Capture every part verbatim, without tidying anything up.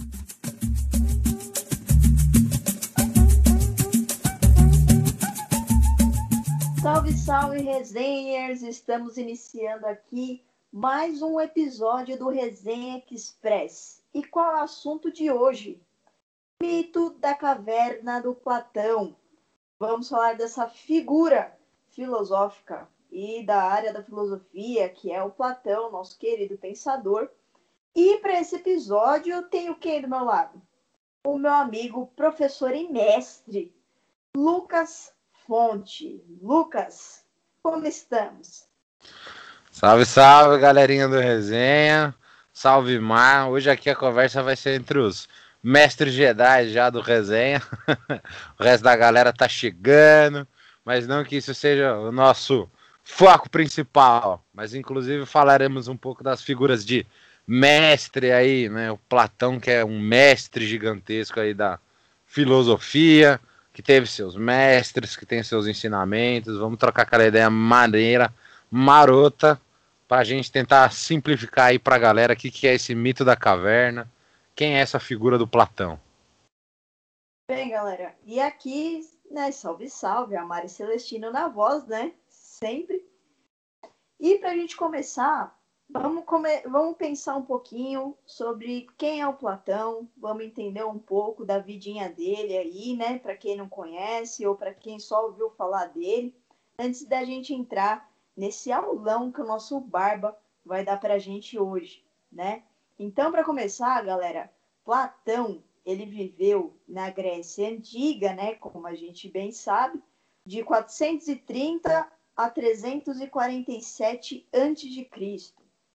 Salve, salve, resenhers! Estamos iniciando aqui mais um episódio do Resenha Express. E qual é o assunto de hoje? Mito da caverna do Platão. Vamos falar dessa figura filosófica e da área da filosofia, que é o Platão, nosso querido pensador. E para esse episódio eu tenho quem do meu lado? O meu amigo, professor e mestre, Lucas Fonte. Lucas, como estamos? Salve, salve, galerinha do Resenha. Salve, Mar. Hoje aqui a conversa vai ser entre os mestres Jedi já do Resenha. O resto da galera tá chegando, mas não que isso seja o nosso foco principal. Mas inclusive falaremos um pouco das figuras de mestre aí, né? O Platão, que é um mestre gigantesco aí da filosofia, que teve seus mestres, que tem seus ensinamentos. Vamos trocar aquela ideia maneira, marota, para a gente tentar simplificar aí para a galera o que, que é esse mito da caverna, quem é essa figura do Platão. Bem, galera, e aqui, né, salve, salve, a Mari Celestino na voz, né, sempre. E para a gente começar, vamos, come... vamos pensar um pouquinho sobre quem é o Platão, vamos entender um pouco da vidinha dele aí, né, para quem não conhece ou para quem só ouviu falar dele, antes da gente entrar nesse aulão que o nosso Barba vai dar para a gente hoje, né? Então, para começar, galera, Platão, ele viveu na Grécia Antiga, né, como a gente bem sabe, de quatrocentos e trinta a trezentos e quarenta e sete antes de Cristo.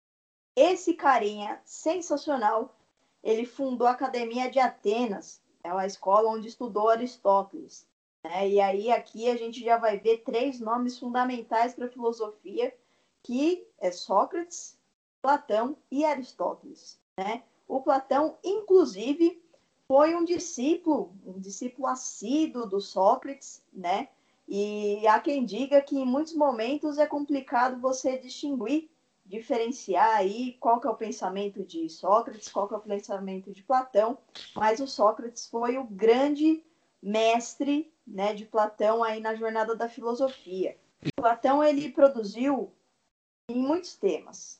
Esse carinha sensacional, ele fundou a Academia de Atenas, é uma escola onde estudou Aristóteles. Né? E aí aqui a gente já vai ver três nomes fundamentais para a filosofia, que é Sócrates, Platão e Aristóteles. Né? O Platão, inclusive, foi um discípulo, um discípulo assíduo do Sócrates, né? E há quem diga que em muitos momentos é complicado você distinguir, diferenciar aí qual que é o pensamento de Sócrates, qual que é o pensamento de Platão, mas o Sócrates foi o grande mestre, né, de Platão aí na jornada da filosofia. Platão, ele produziu em muitos temas,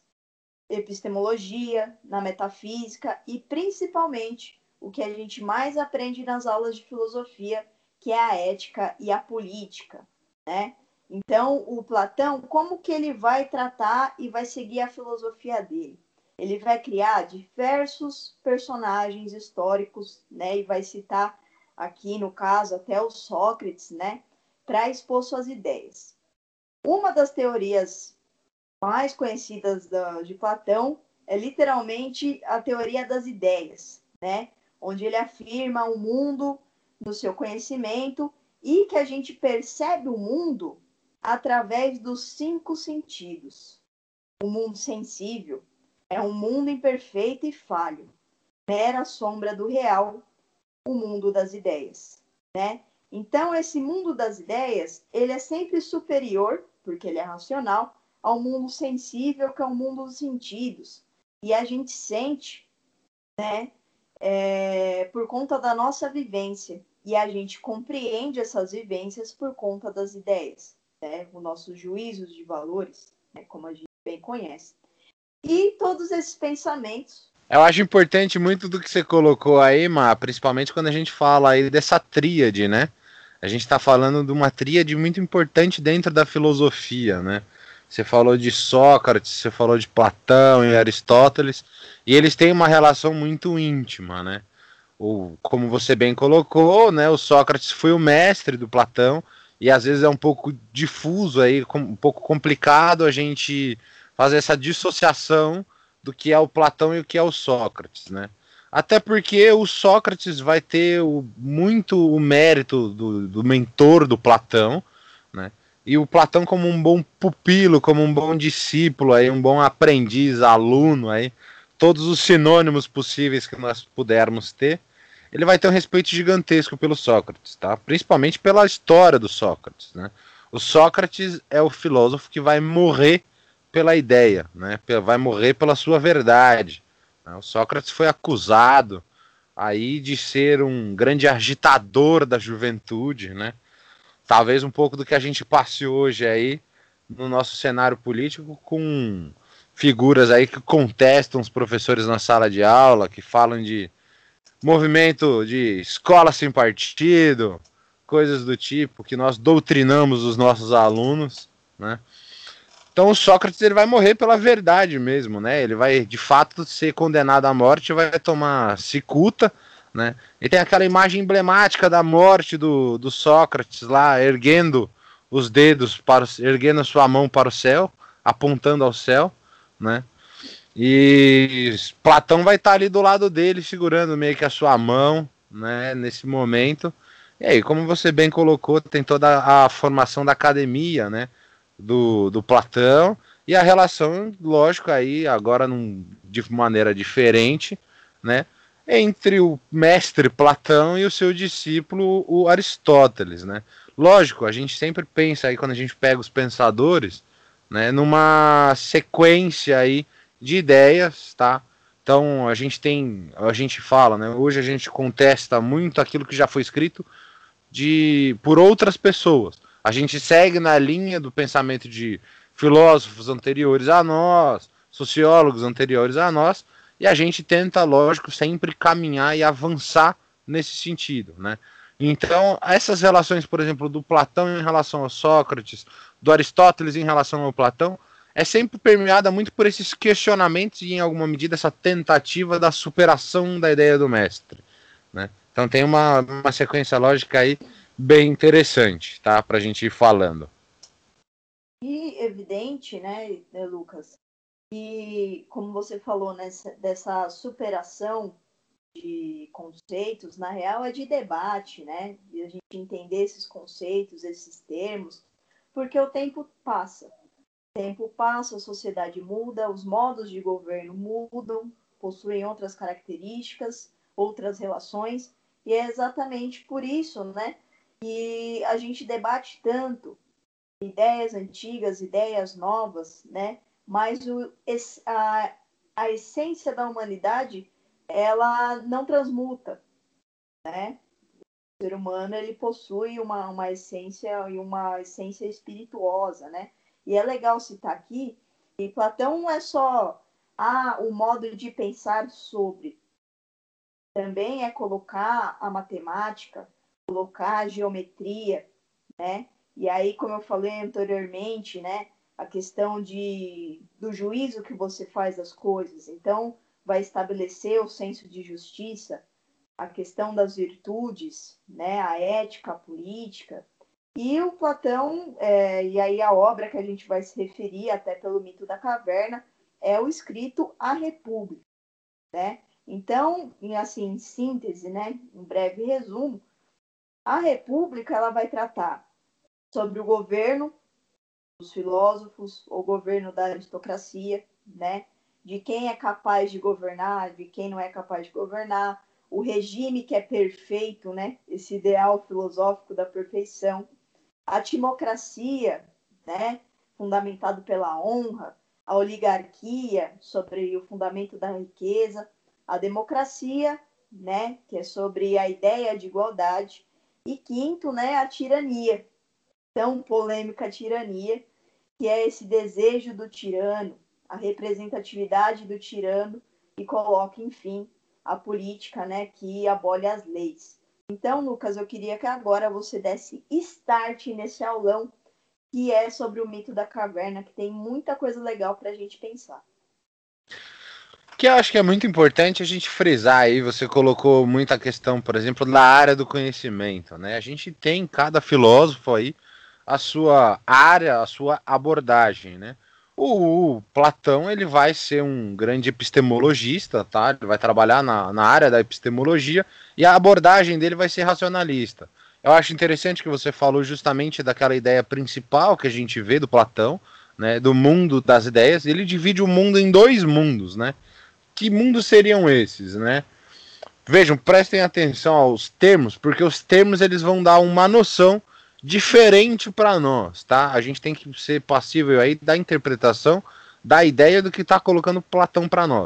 epistemologia, na metafísica e principalmente o que a gente mais aprende nas aulas de filosofia, que é a ética e a política, né? Então, o Platão, como que ele vai tratar e vai seguir a filosofia dele? Ele vai criar diversos personagens históricos, né? E vai citar aqui, no caso, até o Sócrates, né? Para expor suas ideias. Uma das teorias mais conhecidas da, de Platão é literalmente a teoria das ideias, né? Onde ele afirma o mundo no seu conhecimento e que a gente percebe o mundo através dos cinco sentidos. O mundo sensível é um mundo imperfeito e falho, mera sombra do real, o mundo das ideias, né? Então, esse mundo das ideias, ele é sempre superior, porque ele é racional, ao mundo sensível, que é o mundo dos sentidos. E a gente sente, né, é, por conta da nossa vivência. E a gente compreende essas vivências por conta das ideias, né, os nossos juízos de valores, né, como a gente bem conhece. E todos esses pensamentos... Eu acho importante muito do que você colocou aí, Má, principalmente quando a gente fala aí dessa tríade, né? A gente está falando de uma tríade muito importante dentro da filosofia, né? Você falou de Sócrates, você falou de Platão e Aristóteles, e eles têm uma relação muito íntima, né? O, como você bem colocou, né? O Sócrates foi o mestre do Platão, e às vezes é um pouco difuso aí, um pouco complicado a gente fazer essa dissociação do que é o Platão e o que é o Sócrates, né? Até porque o Sócrates vai ter o, muito o mérito do, do mentor do Platão, né? E o Platão como um bom pupilo, como um bom discípulo, aí, um bom aprendiz, aluno, aí, todos os sinônimos possíveis que nós pudermos ter, ele vai ter um respeito gigantesco pelo Sócrates, tá? Principalmente pela história do Sócrates, né? O Sócrates é o filósofo que vai morrer pela ideia, né? Vai morrer pela sua verdade. O Sócrates foi acusado aí de ser um grande agitador da juventude, né? Talvez um pouco do que a gente passe hoje aí no nosso cenário político, com figuras aí que contestam os professores na sala de aula, que falam de movimento de escola sem partido, coisas do tipo, que nós doutrinamos os nossos alunos, né? Então o Sócrates ele vai morrer pela verdade mesmo, né? Ele vai de fato ser condenado à morte, vai tomar cicuta, né? E tem aquela imagem emblemática da morte do, do Sócrates lá, erguendo os dedos, para o, erguendo a sua mão para o céu, apontando ao céu, né? E Platão vai estar ali do lado dele, segurando meio que a sua mão, né? Nesse momento. E aí, como você bem colocou, tem toda a formação da academia, né? Do, do Platão, e a relação, lógico, aí agora num, de maneira diferente, né, entre o mestre Platão e o seu discípulo, o Aristóteles, né. Lógico, a gente sempre pensa aí, quando a gente pega os pensadores, né, numa sequência aí de ideias, tá? Então a gente tem, a gente fala, né, hoje a gente contesta muito aquilo que já foi escrito de por outras pessoas. A gente segue na linha do pensamento de filósofos anteriores a nós, sociólogos anteriores a nós, e a gente tenta, lógico, sempre caminhar e avançar nesse sentido, né? Então, essas relações, por exemplo, do Platão em relação ao Sócrates, do Aristóteles em relação ao Platão, é sempre permeada muito por esses questionamentos e, em alguma medida, essa tentativa da superação da ideia do mestre, né? Então tem uma, uma sequência lógica aí bem interessante, tá? Pra gente ir falando. E evidente, né, Lucas, que, como você falou, nessa, dessa superação de conceitos, na real é de debate, né? De a gente entender esses conceitos, esses termos, porque o tempo passa. O tempo passa, a sociedade muda, os modos de governo mudam, possuem outras características, outras relações, e é exatamente por isso, né, que a gente debate tanto ideias antigas, ideias novas, né, mas o, a, a essência da humanidade, ela não transmuta, né? O ser humano, ele possui uma, uma essência e uma essência espirituosa, né? E é legal citar aqui que Platão não é só ah, o modo de pensar sobre, também é colocar a matemática, colocar a geometria, né? E aí, como eu falei anteriormente, né, a questão de, do juízo que você faz das coisas. Então, vai estabelecer o senso de justiça, a questão das virtudes, né, a ética, a política. E o Platão, é, e aí a obra que a gente vai se referir, até pelo mito da caverna, é o escrito A República, né? Então, em, assim, em síntese, né, em breve resumo, a República ela vai tratar sobre o governo dos filósofos, o governo da aristocracia, né? De quem é capaz de governar, de quem não é capaz de governar, o regime que é perfeito, né? Esse ideal filosófico da perfeição, a timocracia, né? Fundamentado pela honra, a oligarquia sobre o fundamento da riqueza, a democracia, né? Que é sobre a ideia de igualdade, e quinto, né? A tirania, tão polêmica tirania, que é esse desejo do tirano, a representatividade do tirano, e coloca, enfim, a política, né, que abole as leis. Então, Lucas, eu queria que agora você desse start nesse aulão, que é sobre o mito da caverna, que tem muita coisa legal para a gente pensar. Que eu acho que é muito importante a gente frisar aí, você colocou muita questão, por exemplo, da área do conhecimento, né? A gente tem cada filósofo aí a sua área, a sua abordagem, né? O, o Platão, ele vai ser um grande epistemologista, tá? Ele vai trabalhar na, na área da epistemologia e a abordagem dele vai ser racionalista. Eu acho interessante que você falou justamente daquela ideia principal que a gente vê do Platão, né? Do mundo das ideias. Ele divide o mundo em dois mundos, né? Que mundos seriam esses, né? Vejam, prestem atenção aos termos, porque os termos eles vão dar uma noção diferente para nós, tá? A gente tem que ser passível aí da interpretação da ideia do que está colocando Platão para nós.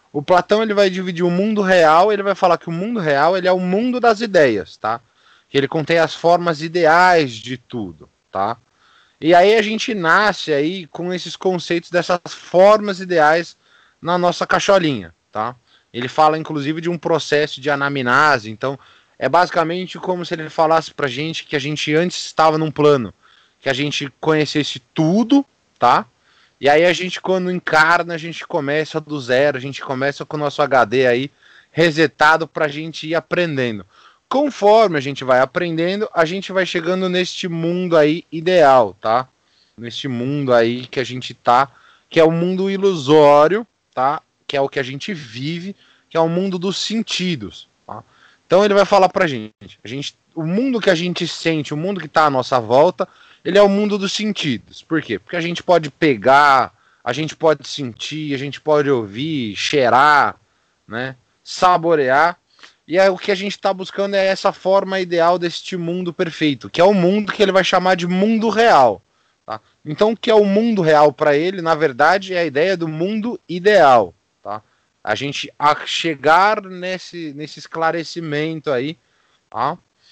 O Platão ele vai dividir o mundo real, ele vai falar que o mundo real ele é o mundo das ideias, tá? Que ele contém as formas ideais de tudo, tá? E aí a gente nasce aí com esses conceitos dessas formas ideais na nossa cacholinha, tá? Ele fala inclusive de um processo de anamnese, então é basicamente como se ele falasse pra gente que a gente antes estava num plano, que a gente conhecesse tudo, tá? E aí a gente quando encarna, a gente começa do zero, a gente começa com o nosso H D aí resetado pra gente ir aprendendo. Conforme a gente vai aprendendo, a gente vai chegando neste mundo aí ideal, tá? Neste mundo aí que a gente tá, que é o mundo ilusório, tá? Que é o que a gente vive, que é o mundo dos sentidos, tá? Então ele vai falar pra gente, a gente, o mundo que a gente sente, o mundo que tá à nossa volta, ele é o mundo dos sentidos. Por quê? Porque a gente pode pegar, a gente pode sentir, a gente pode ouvir, cheirar, né? Saborear. E aí, o que a gente está buscando é essa forma ideal deste mundo perfeito, que é o mundo que ele vai chamar de mundo real. Tá? Então, o que é o mundo real para ele, na verdade, é a ideia do mundo ideal. Tá? A gente a chegar nesse, nesse esclarecimento aí. Tá?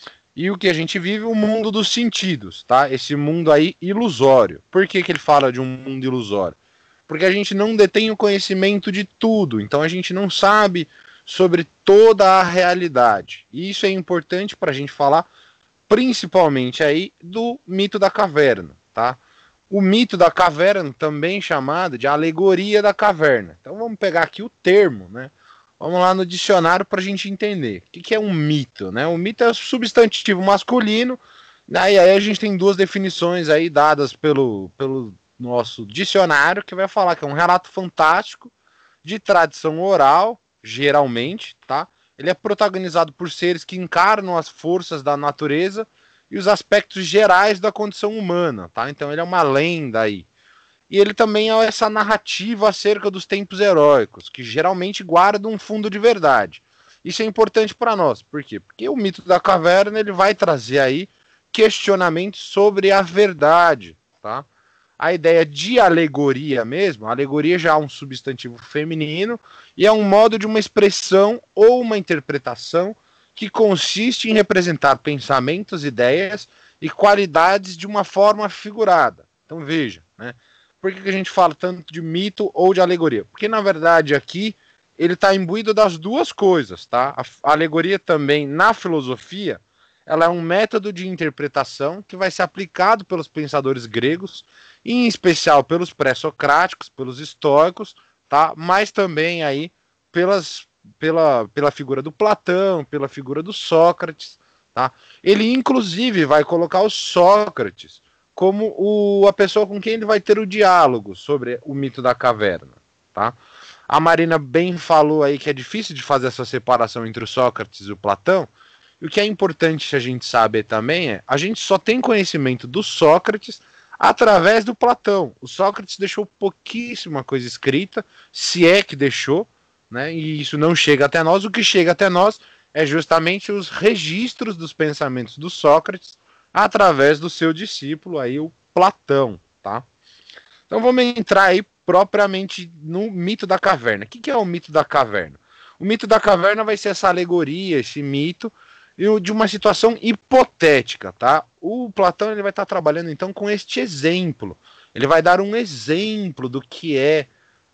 E o que a gente vive, o mundo dos sentidos. Tá? Esse mundo aí ilusório. Por que, que ele fala de um mundo ilusório? Porque a gente não detém o conhecimento de tudo. Então, a gente não sabe sobre toda a realidade. E isso é importante para a gente falar principalmente aí do mito da caverna, tá? O mito da caverna, também chamado de alegoria da caverna. Então vamos pegar aqui o termo, né? Vamos lá no dicionário para a gente entender. O que, que é um mito, né? O mito é o substantivo masculino, né? E aí a gente tem duas definições aí dadas pelo, pelo nosso dicionário, que vai falar que é um relato fantástico de tradição oral, geralmente, tá? Ele é protagonizado por seres que encarnam as forças da natureza e os aspectos gerais da condição humana, tá? Então ele é uma lenda aí. E ele também é essa narrativa acerca dos tempos heróicos, que geralmente guarda um fundo de verdade. Isso é importante para nós, por quê? Porque o mito da caverna ele vai trazer aí questionamentos sobre a verdade, tá? A ideia de alegoria mesmo, a alegoria já é um substantivo feminino e é um modo de uma expressão ou uma interpretação que consiste em representar pensamentos, ideias e qualidades de uma forma figurada. Então veja, né? Por que a gente fala tanto de mito ou de alegoria? Porque na verdade aqui ele está imbuído das duas coisas, tá? A alegoria também na filosofia, ela é um método de interpretação que vai ser aplicado pelos pensadores gregos, em especial pelos pré-socráticos, pelos estoicos, tá? Mas também aí pelas, pela, pela figura do Platão, pela figura do Sócrates, tá? Ele inclusive vai colocar o Sócrates como o, a pessoa com quem ele vai ter o diálogo sobre o mito da caverna, tá? A Marina bem falou aí que é difícil de fazer essa separação entre o Sócrates e o Platão. E o que é importante a gente saber também é, a gente só tem conhecimento do Sócrates através do Platão. O Sócrates deixou pouquíssima coisa escrita, se é que deixou, né? E isso não chega até nós. O que chega até nós é justamente os registros dos pensamentos do Sócrates através do seu discípulo aí, o Platão, tá? Então vamos entrar aí propriamente no mito da caverna. O que é o mito da caverna? O mito da caverna vai ser essa alegoria, esse mito de uma situação hipotética, tá? O Platão ele vai estar trabalhando então com este exemplo. Ele vai dar um exemplo do que é,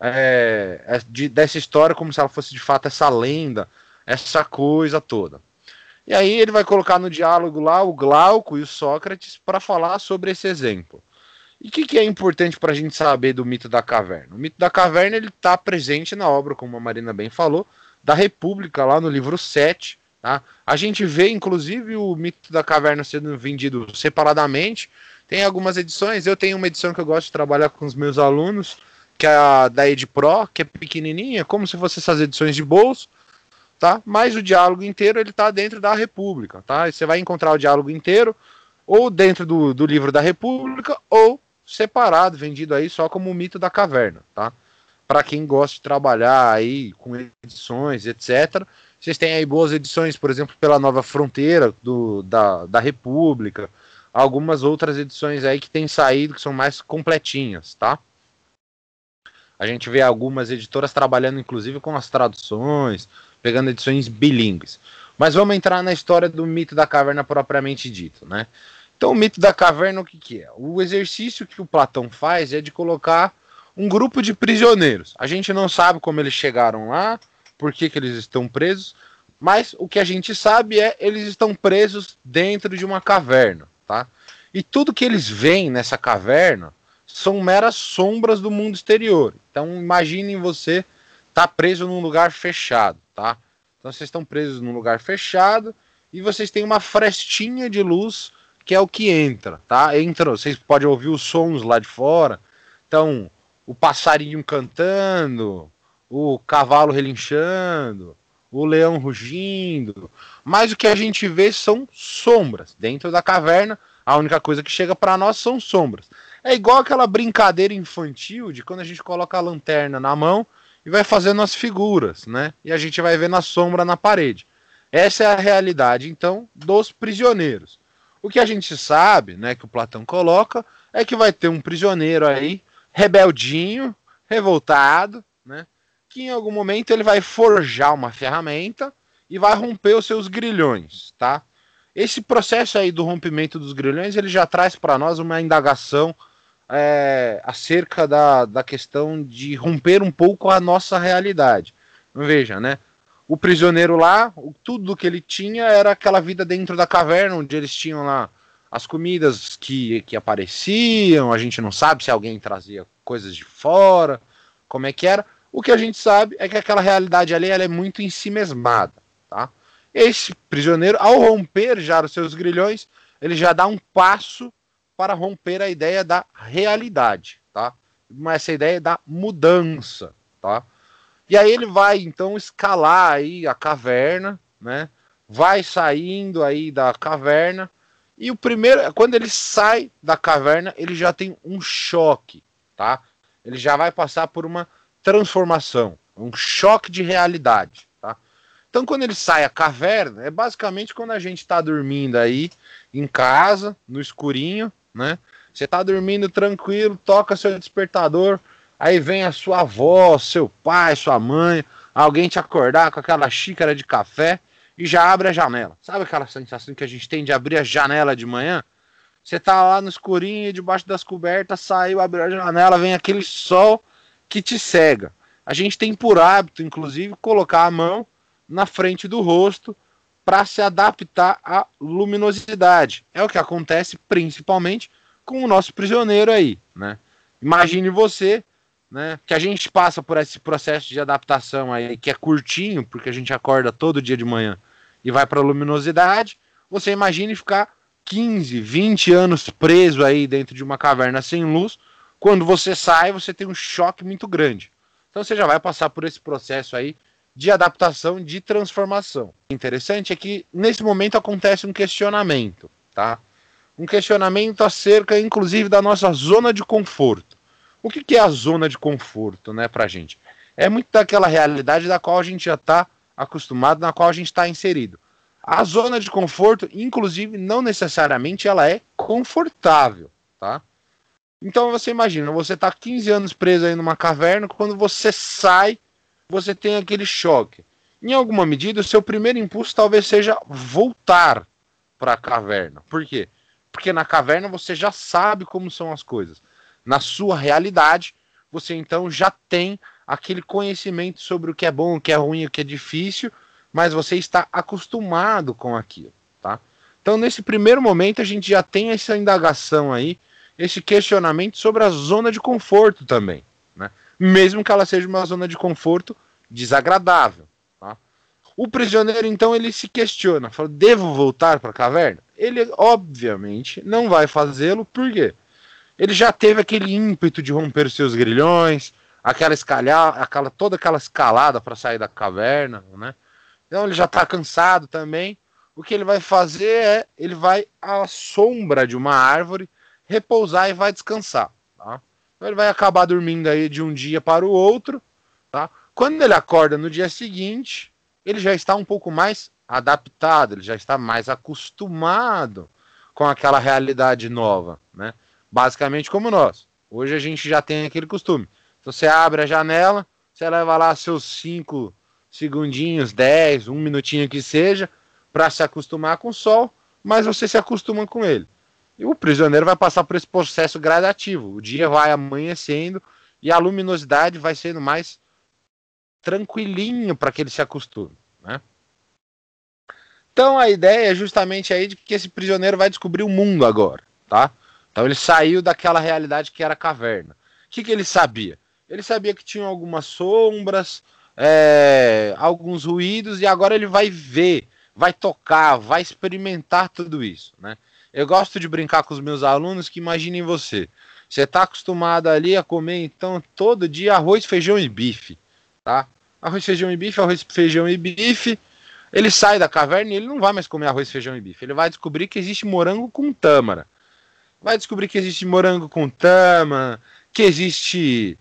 é de, dessa história como se ela fosse de fato essa lenda, essa coisa toda. E aí ele vai colocar no diálogo lá o Glauco e o Sócrates para falar sobre esse exemplo. E o que, que é importante para a gente saber do mito da caverna? O mito da caverna ele está presente na obra, como a Marina bem falou, da República, lá no livro sete. Tá? A gente vê, inclusive, o mito da caverna sendo vendido separadamente. Tem algumas edições, eu tenho uma edição que eu gosto de trabalhar com os meus alunos, que é a da EdPro, que é pequenininha, como se fosse essas edições de bolso. Tá? Mas o diálogo inteiro ele está dentro da República. Tá? E você vai encontrar o diálogo inteiro ou dentro do, do livro da República ou separado, vendido aí só como o mito da caverna. Tá? Para quem gosta de trabalhar aí com edições, etcétera. Vocês têm aí boas edições, por exemplo, pela Nova Fronteira do, da, da República. Algumas outras edições aí que têm saído que são mais completinhas, tá? A gente vê algumas editoras trabalhando inclusive com as traduções, pegando edições bilíngues. Mas vamos entrar na história do mito da caverna propriamente dito, né? Então o mito da caverna o que, que é? O exercício que o Platão faz é de colocar um grupo de prisioneiros. A gente não sabe como eles chegaram lá, por que, que eles estão presos, mas o que a gente sabe é que eles estão presos dentro de uma caverna, tá? E tudo que eles veem nessa caverna são meras sombras do mundo exterior. Então imaginem você estar tá preso num lugar fechado, tá? Então vocês estão presos num lugar fechado e vocês têm uma frestinha de luz que é o que entra, tá? Entra, vocês podem ouvir os sons lá de fora. Então, o passarinho cantando, o cavalo relinchando, o leão rugindo. Mas o que a gente vê são sombras. Dentro da caverna, a única coisa que chega para nós são sombras. É igual aquela brincadeira infantil de quando a gente coloca a lanterna na mão e vai fazendo as figuras, né? E a gente vai vendo a sombra na parede. Essa é a realidade, então, dos prisioneiros. O que a gente sabe, né, que o Platão coloca, é que vai ter um prisioneiro aí, rebeldinho, revoltado, né, que em algum momento ele vai forjar uma ferramenta e vai romper os seus grilhões, tá? Esse processo aí do rompimento dos grilhões, ele já traz para nós uma indagação é, acerca da, da questão de romper um pouco a nossa realidade. Veja, né? O prisioneiro lá, tudo que ele tinha era aquela vida dentro da caverna, onde eles tinham lá as comidas que, que apareciam, a gente não sabe se alguém trazia coisas de fora, como é que era. O que a gente sabe é que aquela realidade ali ela é muito ensimesmada, tá? Esse prisioneiro, ao romper já os seus grilhões, ele já dá um passo para romper a ideia da realidade, tá? Essa ideia da mudança, tá? E aí ele vai então escalar aí a caverna, né? Vai saindo aí da caverna e o primeiro, quando ele sai da caverna, ele já tem um choque, tá? Ele já vai passar por uma transformação, um choque de realidade, tá? Então quando ele sai a caverna, é basicamente quando a gente está dormindo aí em casa, no escurinho, né? Você está dormindo tranquilo, toca seu despertador. Aí vem a sua avó, seu pai, sua mãe, alguém te acordar com aquela xícara de café e já abre a janela. Sabe aquela sensação que a gente tem de abrir a janela de manhã? Você tá lá no escurinho, debaixo das cobertas, saiu, abriu a janela, vem aquele sol que te cega. A gente tem por hábito, inclusive, colocar a mão na frente do rosto para se adaptar à luminosidade. É o que acontece principalmente com o nosso prisioneiro aí, né? Imagine você... Né, que a gente passa por esse processo de adaptação aí, que é curtinho, porque a gente acorda todo dia de manhã e vai para a luminosidade. Você imagine ficar quinze, vinte anos preso aí dentro de uma caverna sem luz. Quando você sai, você tem um choque muito grande. Então você já vai passar por esse processo aí de adaptação, de transformação. O interessante é que nesse momento acontece um questionamento, tá? Um questionamento acerca, inclusive, da nossa zona de conforto. O que, que é a zona de conforto, né, pra gente? É muito daquela realidade da qual a gente já está acostumado, na qual a gente está inserido. A zona de conforto, inclusive, não necessariamente ela é confortável, tá? Então você imagina, você está quinze anos preso aí numa caverna, quando você sai, você tem aquele choque. Em alguma medida, o seu primeiro impulso talvez seja voltar para a caverna. Por quê? Porque na caverna você já sabe como são as coisas. Na sua realidade, você então já tem aquele conhecimento sobre o que é bom, o que é ruim, o que é difícil, mas você está acostumado com aquilo, tá? Então, nesse primeiro momento, a gente já tem essa indagação aí, esse questionamento sobre a zona de conforto também, né? Mesmo que ela seja uma zona de conforto desagradável, tá? O prisioneiro, então, ele se questiona, fala, devo voltar para a caverna? Ele, obviamente, não vai fazê-lo, por quê? Ele já teve aquele ímpeto de romper os seus grilhões, aquela escalhar, aquela, toda aquela escalada para sair da caverna, né? Então ele já está cansado também. O que ele vai fazer é, ele vai à sombra de uma árvore, repousar e vai descansar, tá? Então ele vai acabar dormindo aí de um dia para o outro, tá? Quando ele acorda no dia seguinte, ele já está um pouco mais adaptado, ele já está mais acostumado com aquela realidade nova, né? Basicamente como nós. Hoje a gente já tem aquele costume. Então você abre a janela, você leva lá seus cinco segundinhos, dez, um minutinho que seja, para se acostumar com o sol, mas você se acostuma com ele. E o prisioneiro vai passar por esse processo gradativo. O dia vai amanhecendo e a luminosidade vai sendo mais tranquilinho para que ele se acostume, né? Então a ideia é justamente aí de que esse prisioneiro vai descobrir o mundo agora, tá? Então ele saiu daquela realidade que era a caverna. O que, que ele sabia? Ele sabia que tinha algumas sombras, é, alguns ruídos, e agora ele vai ver, vai tocar, vai experimentar tudo isso, né? Eu gosto de brincar com os meus alunos que imaginem você. Você está acostumado ali a comer, então, todo dia arroz, feijão e bife, tá? Arroz, feijão e bife, arroz, feijão e bife. Ele sai da caverna e ele não vai mais comer arroz, feijão e bife. Ele vai descobrir que existe morango com tâmara. Vai descobrir que existe morango com tâmara, que existe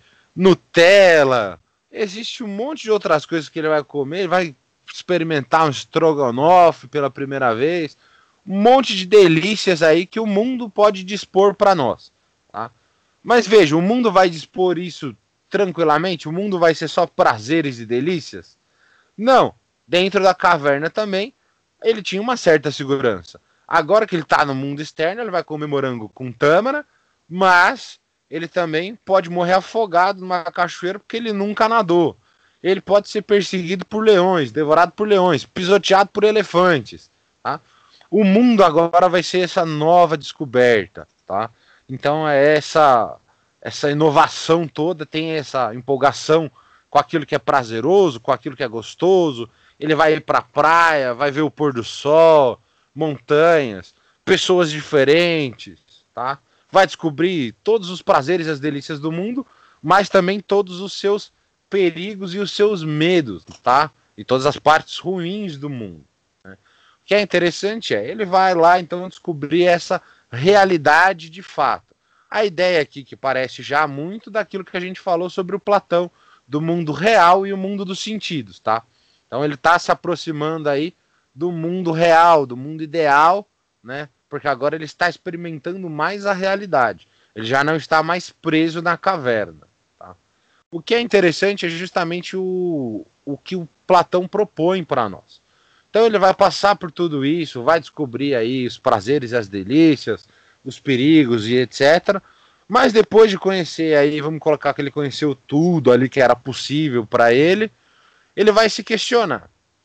Nutella, existe um monte de outras coisas que ele vai comer. Ele vai experimentar um estrogonofe pela primeira vez. Um monte de delícias aí que o mundo pode dispor para nós, tá? Mas veja, o mundo vai dispor isso tranquilamente? O mundo vai ser só prazeres e delícias? Não. Dentro da caverna também, ele tinha uma certa segurança. Agora que ele está no mundo externo, ele vai comer morango com tâmara, mas ele também pode morrer afogado numa cachoeira porque ele nunca nadou. Ele pode ser perseguido por leões, devorado por leões, pisoteado por elefantes, tá? O mundo agora vai ser essa nova descoberta, tá? Então é essa essa inovação toda, tem essa empolgação com aquilo que é prazeroso, com aquilo que é gostoso. Ele vai ir para a praia, vai ver o pôr do sol, montanhas, pessoas diferentes, tá? Vai descobrir todos os prazeres e as delícias do mundo, mas também todos os seus perigos e os seus medos, tá? E todas as partes ruins do mundo. O que é interessante é, ele vai lá então descobrir essa realidade de fato. A ideia aqui que parece já muito daquilo que a gente falou sobre o Platão, do mundo real e o mundo dos sentidos, tá? Então ele está se aproximando aí do mundo real, do mundo ideal, né? Porque agora ele está experimentando mais a realidade. Ele já não está mais preso na caverna, tá? O que é interessante é justamente o, o que o Platão propõe para nós. Então ele vai passar por tudo isso, vai descobrir aí os prazeres e as delícias, os perigos e etcétera. Mas depois de conhecer aí, vamos colocar que ele conheceu tudo ali que era possível para ele, ele vai se questionar.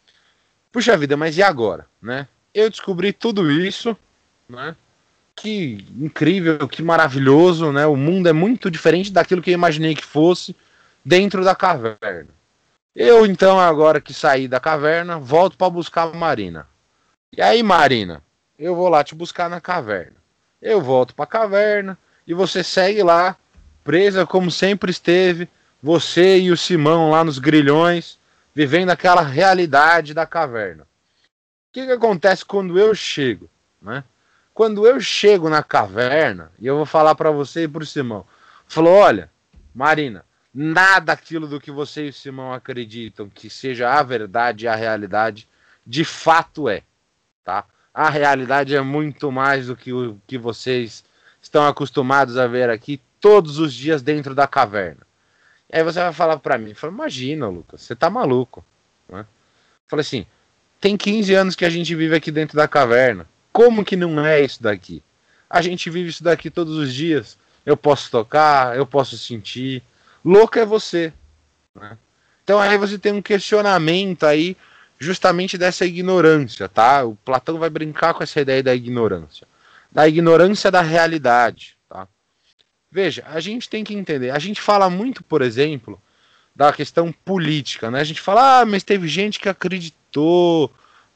Puxa vida, mas e agora, né? Eu descobri tudo isso, né? Que incrível, que maravilhoso, né? O mundo é muito diferente daquilo que eu imaginei que fosse dentro da caverna. Eu, então, agora que saí da caverna, volto para buscar a Marina. E aí, Marina, eu vou lá te buscar na caverna. Eu volto para a caverna e você segue lá, presa como sempre esteve, você e o Simão lá nos grilhões, vivendo aquela realidade da caverna. O que, que acontece quando eu chego, né? Quando eu chego na caverna, e eu vou falar para você e para o Simão, falou, olha, Marina, nada aquilo do que você e o Simão acreditam que seja a verdade e a realidade, de fato é, tá? A realidade é muito mais do que o que vocês estão acostumados a ver aqui todos os dias dentro da caverna. E aí você vai falar para mim, fala, imagina, Lucas, você tá maluco, né? Falei assim, tem quinze anos que a gente vive aqui dentro da caverna. Como que não é isso daqui? A gente vive isso daqui todos os dias. Eu posso tocar, eu posso sentir. Louco é você, né? Então aí você tem um questionamento aí justamente dessa ignorância, tá? O Platão vai brincar com essa ideia da ignorância. Da ignorância da realidade, tá? Veja, a gente tem que entender. A gente fala muito, por exemplo, da questão política, né? A gente fala, ah, mas teve gente que acreditou.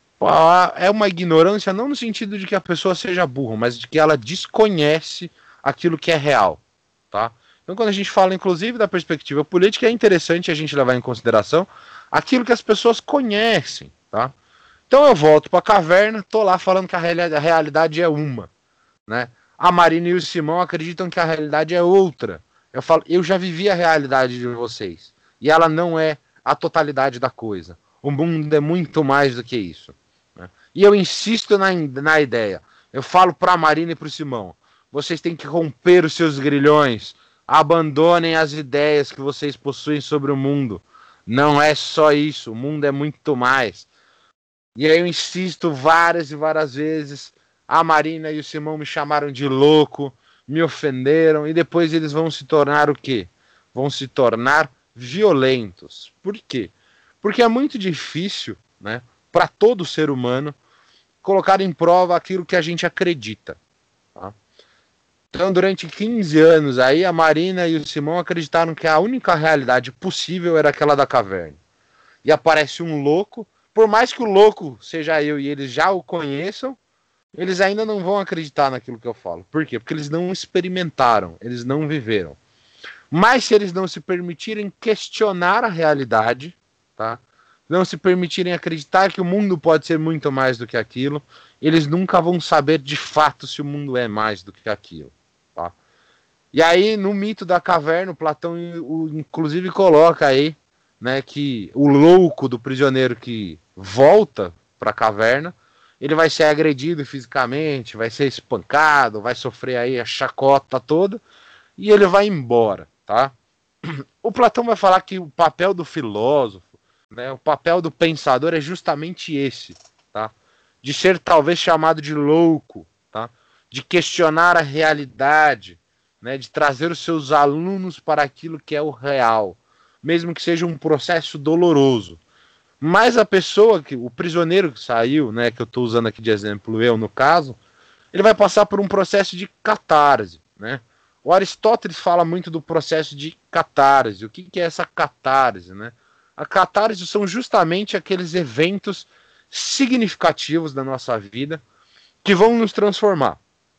É uma ignorância não no sentido de que a pessoa seja burra, mas de que ela desconhece aquilo que é real, tá? Então quando a gente fala inclusive da perspectiva política, é interessante a gente levar em consideração aquilo que as pessoas conhecem, tá? Então eu volto para a caverna, tô lá falando que a realidade é uma, né? A Marina e o Simão acreditam que a realidade é outra. Eu falo, eu já vivi a realidade de vocês, e ela não é a totalidade da coisa. O mundo é muito mais do que isso. E eu insisto na, na ideia. Eu falo para a Marina e para o Simão, vocês têm que romper os seus grilhões. Abandonem as ideias que vocês possuem sobre o mundo. Não é só isso, o mundo é muito mais. E aí eu insisto várias e várias vezes. A Marina e o Simão me chamaram de louco, me ofenderam, e depois eles vão se tornar o quê? Vão se tornar violentos. Por quê? Porque é muito difícil, né, para todo ser humano colocar em prova aquilo que a gente acredita. Tá? Então, durante quinze anos, aí, a Marina e o Simão acreditaram que a única realidade possível era aquela da caverna. E aparece um louco, por mais que o louco seja eu e eles já o conheçam, eles ainda não vão acreditar naquilo que eu falo. Por quê? Porque eles não experimentaram, eles não viveram. Mas se eles não se permitirem questionar a realidade, tá? Não se permitirem acreditar que o mundo pode ser muito mais do que aquilo, eles nunca vão saber de fato se o mundo é mais do que aquilo. Tá? E aí, no mito da caverna, o Platão o, inclusive coloca aí, né, que o louco do prisioneiro que volta para a caverna, ele vai ser agredido fisicamente, vai ser espancado, vai sofrer aí a chacota toda, e ele vai embora, tá? O Platão vai falar que o papel do filósofo, né, o papel do pensador é justamente esse, tá? De ser talvez chamado de louco, tá? De questionar a realidade, né, de trazer os seus alunos para aquilo que é o real, mesmo que seja um processo doloroso. Mas a pessoa, que o prisioneiro que saiu, né, que eu estou usando aqui de exemplo, eu no caso, ele vai passar por um processo de catarse, né? O Aristóteles fala muito do processo de catarse. O que, que é essa catarse, né? A catarse são justamente aqueles eventos significativos da nossa vida que vão nos transformar.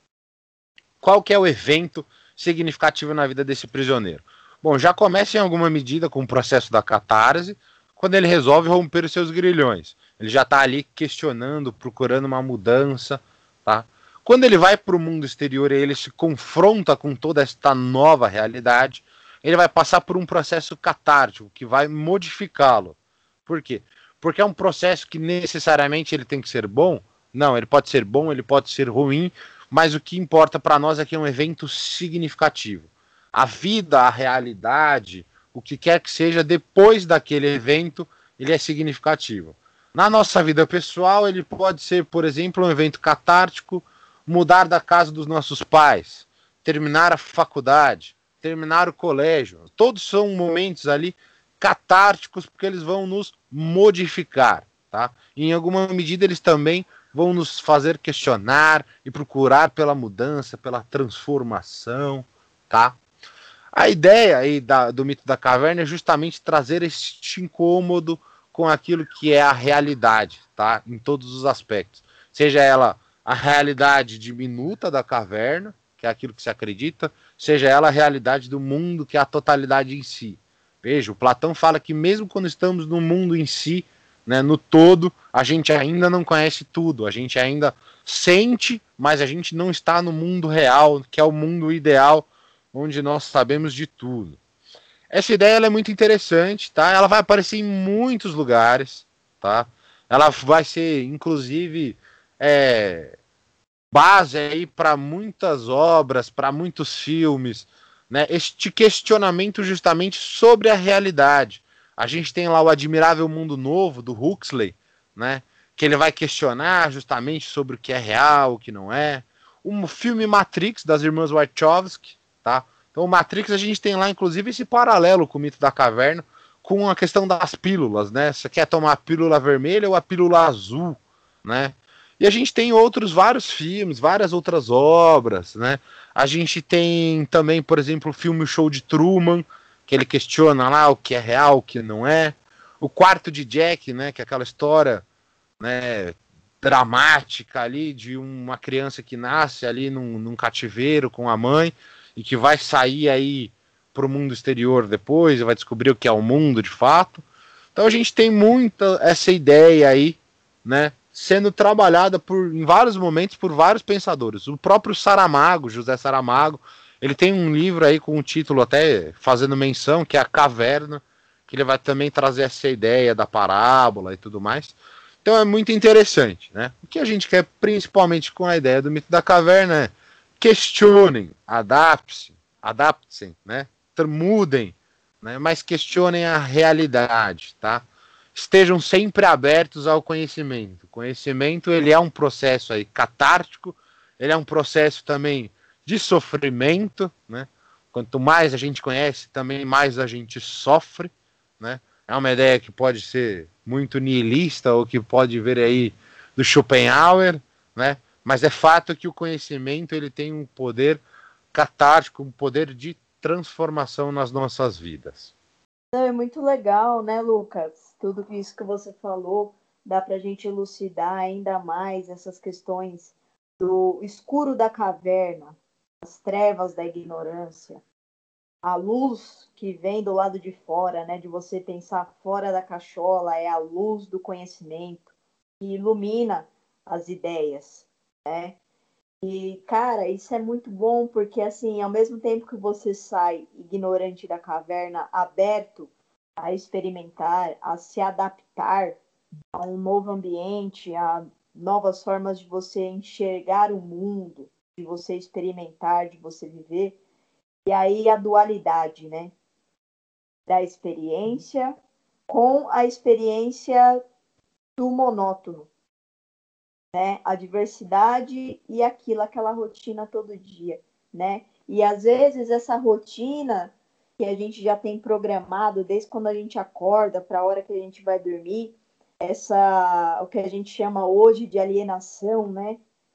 Qual que é o evento significativo na vida desse prisioneiro? Bom, já começa em alguma medida com o processo da catarse, quando ele resolve romper os seus grilhões. Ele já está ali questionando, procurando uma mudança, tá? Quando ele vai para o mundo exterior e ele se confronta com toda esta nova realidade, ele vai passar por um processo catártico que vai modificá-lo. Por quê? Porque é um processo que necessariamente ele tem que ser bom? Não, ele pode ser bom, ele pode ser ruim, mas o que importa para nós é que é um evento significativo. A vida, a realidade, o que quer que seja, depois daquele evento, ele é significativo. Na nossa vida pessoal, ele pode ser, por exemplo, um evento catártico, mudar da casa dos nossos pais, terminar a faculdade, terminar o colégio. Todos são momentos ali catárticos, porque eles vão nos modificar, tá? E em alguma medida eles também vão nos fazer questionar e procurar pela mudança, pela transformação, tá? A ideia aí da, do mito da caverna é justamente trazer este incômodo com aquilo que é a realidade, tá? Em todos os aspectos. Seja ela a realidade diminuta da caverna, que é aquilo que se acredita, seja ela a realidade do mundo, que é a totalidade em si. Veja, o Platão fala que mesmo quando estamos no mundo em si, né, no todo, a gente ainda não conhece tudo, a gente ainda sente, mas a gente não está no mundo real, que é o mundo ideal, onde nós sabemos de tudo. Essa ideia ela é muito interessante, tá? Ela vai aparecer em muitos lugares, tá? Ela vai ser, inclusive, é, base aí para muitas obras, para muitos filmes, né? Este questionamento justamente sobre a realidade. A gente tem lá o Admirável Mundo Novo do Huxley, né? Que ele vai questionar justamente sobre o que é real, o que não é. O filme Matrix das irmãs Wachowski, tá? Então, o Matrix, a gente tem lá, inclusive, esse paralelo com o mito da caverna, com a questão das pílulas, né? Você quer tomar a pílula vermelha ou a pílula azul, né? E a gente tem outros vários filmes, várias outras obras, né? A gente tem também, por exemplo, o filme O Show de Truman, que ele questiona lá o que é real, o que não é. O Quarto de Jack, né? Que é aquela história, né, dramática ali de uma criança que nasce ali num, num cativeiro com a mãe e que vai sair aí para o mundo exterior depois e vai descobrir o que é o mundo de fato. Então a gente tem muita essa ideia aí, né, sendo trabalhada por, em vários momentos por vários pensadores. O próprio Saramago, José Saramago, ele tem um livro aí com um título até fazendo menção, que é A Caverna, que ele vai também trazer essa ideia da parábola e tudo mais. Então é muito interessante, né? O que a gente quer principalmente com a ideia do mito da caverna é questionem, adapte-se, adaptem-se, né? Mudem, né? Mas questionem a realidade, tá? Estejam sempre abertos ao conhecimento. O conhecimento, ele é um processo aí catártico, ele é um processo também de sofrimento, né? Quanto mais a gente conhece, também mais a gente sofre, né? É uma ideia que pode ser muito nihilista ou que pode vir aí do Schopenhauer, né? Mas é fato que o conhecimento, ele tem um poder catártico, um poder de transformação nas nossas vidas. É muito legal, né, Lucas? Tudo isso que você falou, dá para a gente elucidar ainda mais essas questões do escuro da caverna, as trevas da ignorância, a luz que vem do lado de fora, né, de você pensar fora da cachola, é a luz do conhecimento que ilumina as ideias, né? E, cara, isso é muito bom porque, assim, ao mesmo tempo que você sai ignorante da caverna, aberto a experimentar, a se adaptar a um novo ambiente, a novas formas de você enxergar o mundo, de você experimentar, de você viver, e aí a dualidade, né? Da experiência com a experiência do monótono, né? A diversidade e aquilo, aquela rotina todo dia, né? E às vezes essa rotina que a gente já tem programado desde quando a gente acorda para a hora que a gente vai dormir, essa o que a gente chama hoje de alienação, né?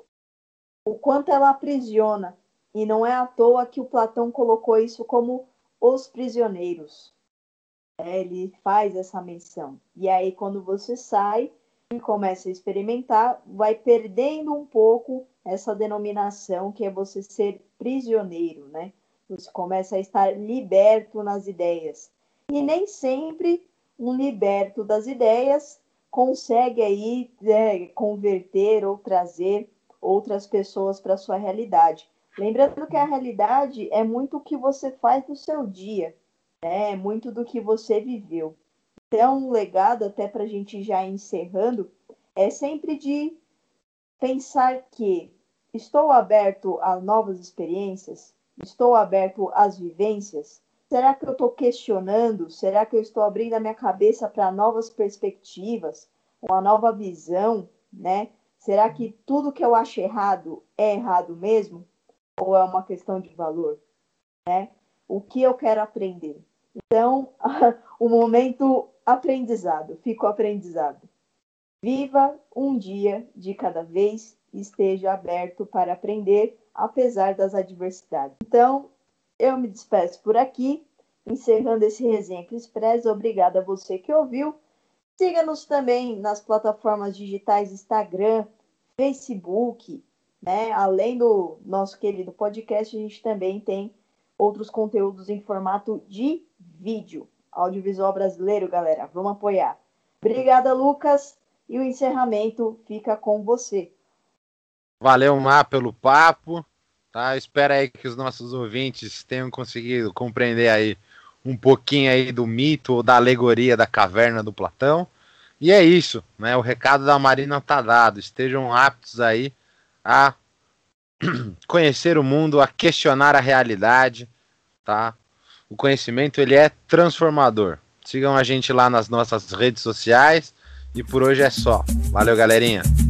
O quanto ela aprisiona. E não é à toa que o Platão colocou isso como os prisioneiros. É, ele faz essa menção. E aí, quando você sai e começa a experimentar, vai perdendo um pouco essa denominação que é você ser prisioneiro, né? Você começa a estar liberto nas ideias. E nem sempre um liberto das ideias consegue aí é, converter ou trazer outras pessoas para a sua realidade. Lembrando que a realidade é muito o que você faz no seu dia, né? É muito do que você viveu. Então, um legado, até para a gente já ir encerrando, é sempre de pensar que estou aberto a novas experiências, estou aberto às vivências. Será que eu estou questionando? Será que eu estou abrindo a minha cabeça para novas perspectivas, uma nova visão, né? Será que tudo que eu acho errado é errado mesmo? Ou é uma questão de valor, né? O que eu quero aprender? Então, o momento aprendizado, fica o aprendizado. Viva um dia de cada vez e esteja aberto para aprender, apesar das adversidades. Então, eu me despeço por aqui, encerrando esse Resenha Express. Obrigada a você que ouviu. Siga-nos também nas plataformas digitais Instagram, Facebook, né? Além do nosso querido podcast, a gente também tem outros conteúdos em formato de vídeo. Audiovisual brasileiro, galera. Vamos apoiar. Obrigada, Lucas. E o encerramento fica com você. Valeu, Má, pelo papo. Tá? Espero aí que os nossos ouvintes tenham conseguido compreender aí um pouquinho aí do mito ou da alegoria da caverna do Platão. E é isso, né? O recado da Marina tá dado. Estejam aptos aí a conhecer o mundo, a questionar a realidade, tá? O conhecimento, ele é transformador. Sigam a gente lá nas nossas redes sociais e por hoje é só. Valeu, galerinha!